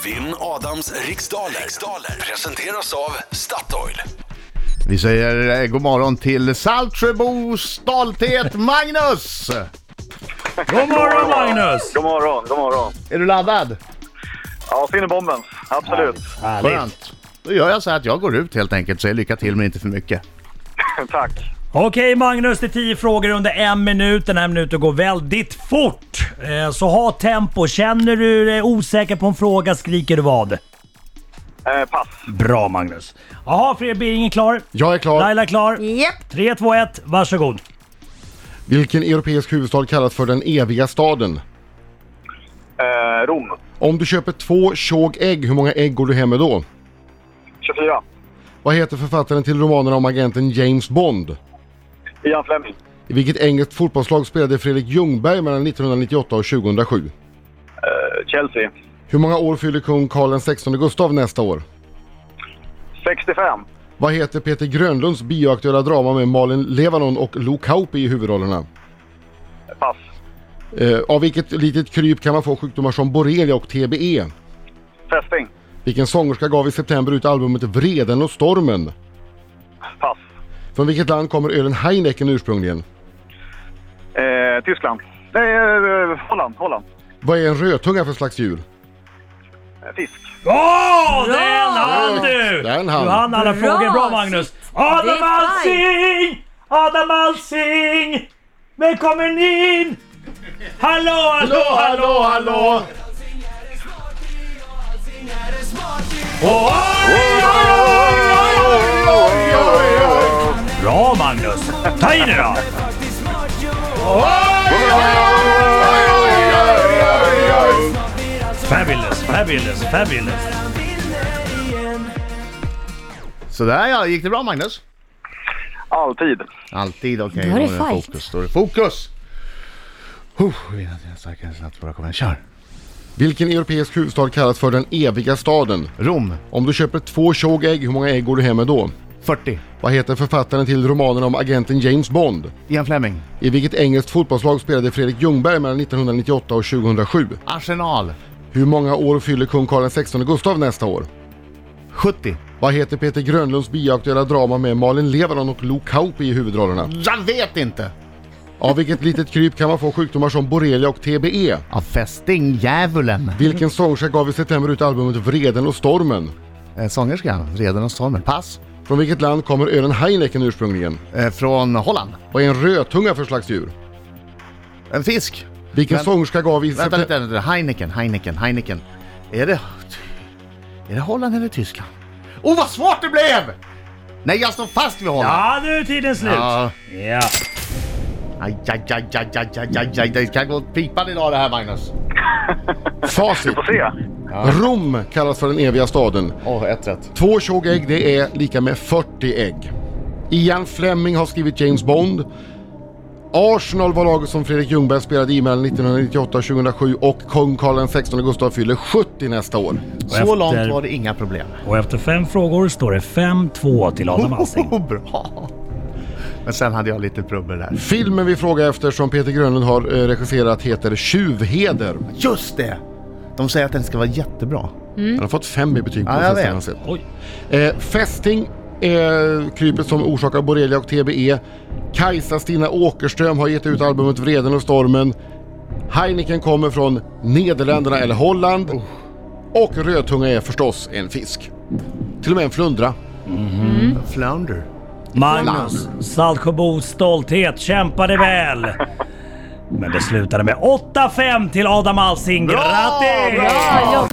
Vinn Adams riksdaler. Presenteras av Statoil. Vi säger god morgon till Saltsjöbo stolthet Magnus! God morgon Magnus! God morgon. Är du laddad? Ja, Finnebomben. Absolut. Skönt. Då gör jag så att jag går ut helt enkelt, så jag lycka till men inte för mycket. Tack. Okej Magnus, det är 10 frågor under 1 minut. Den här minuten går väldigt fort. Så ha tempo. Känner du dig osäker på en fråga, skriker du vad? Pass. Bra Magnus. Jaha, Fredrik Biringen klar? Jag är klar. Laila klar? Japp. 3, 2, 1, varsågod. Vilken europeisk huvudstad kallas för den eviga staden? Rom. Om du köper 2 tjog ägg, hur många ägg går du hem med då? 24. Vad heter författaren till romanerna om agenten James Bond? Ian Fleming. I vilket engelskt fotbollslag spelade Fredrik Ljungberg mellan 1998 och 2007? Chelsea. Hur många år fyller kung Karl XVI Gustav nästa år? 65. Vad heter Peter Grönlunds bioaktuella drama med Malin Levanon och Lo Kauppi i huvudrollerna? Pass. Av vilket litet kryp kan man få sjukdomar som borrelia och TBE? Fästing. Vilken sångerska gav i september ut albumet Vreden och stormen? Pass. Från vilket land kommer ölen Heineken ursprungligen? Tyskland. Holland. Vad är en rödtunga för slags djur? Fisk. Åh, den hann du! Den hann. Du hann alla Bra. frågor. Bra Magnus. Adam Det är Alsing! Adam Alsing! Välkommen in! Hallå! Bra Magnus! Ta i det då! Fabulous. Så där ja, gick det bra Magnus? Alltid. Alltid okej. Då är det Då fight. fokus. Då är det fokus. Vi är starkare snabbt bara kommer. Kör. Vilken europeisk huvudstad kallas för den eviga staden? Rom. Om du köper 2 tjog ägg, hur många ägg går du hem med då? 40. Vad heter författaren till romanen om agenten James Bond? Ian Fleming. I vilket engelskt fotbollslag spelade Fredrik Ljungberg mellan 1998 och 2007? Arsenal. Hur många år fyller kung Karl XVI Gustav nästa år? 70. Vad heter Peter Grönlunds bioaktuella drama med Malin Levanon och Lo Kauppi i huvudrollerna? Jag vet inte. Av vilket litet kryp kan man få sjukdomar som borrelia och TBE? Av fästing, djävulen. Vilken sångerska gav i september ut albumet Vreden och stormen? Sångerskan, Vreden och stormen. Pass. Från vilket land kommer ölen Heineken ursprungligen? Från Holland. Vad är en rödtunga för slags djur? En fisk. Vilken Men- sångerska gav i Vänta september... lite. Heineken. Är det Holland eller Tyskland? Vad svårt det blev! Nej, jag står fast vid Holland. Ja, nu är tiden slut. Ja. Ja. Aj. Det kan gå åt pipan idag det här, Magnus. Facit. Får se. Rom kallas för den eviga staden. 1 rätt. 2 tjog ägg, det är lika med 40 ägg. Ian Fleming har skrivit James Bond. Arsenal var laget som Fredrik Ljungberg spelade i mellan 1998 och 2007 och kung Karl XVI Gustav fyller 70 nästa år. Så långt var det inga problem. Och efter 5 frågor står det 5-2 till Adam Alsing. Bra. Men sen hade jag lite trubbel där. Filmen vi frågar efter som Peter Grönlund har regisserat heter Tjuvheder. Just det! De säger att den ska vara jättebra. Han har fått 5 i betyg på Ja, jag det vet. sättet. Oj. Fästing är krypet som orsakar borrelia och TBE. Kajsa Stina Åkerström har gett ut albumet Vreden och stormen. Heineken kommer från Nederländerna eller Holland. Och rödtunga är förstås en fisk. Till och med en flundra. Flounder. Magnus, Saltsjöbo stolthet kämpade väl. Men det slutade med 8-5 till Adam Alsing. Grattis! Bra jobbat.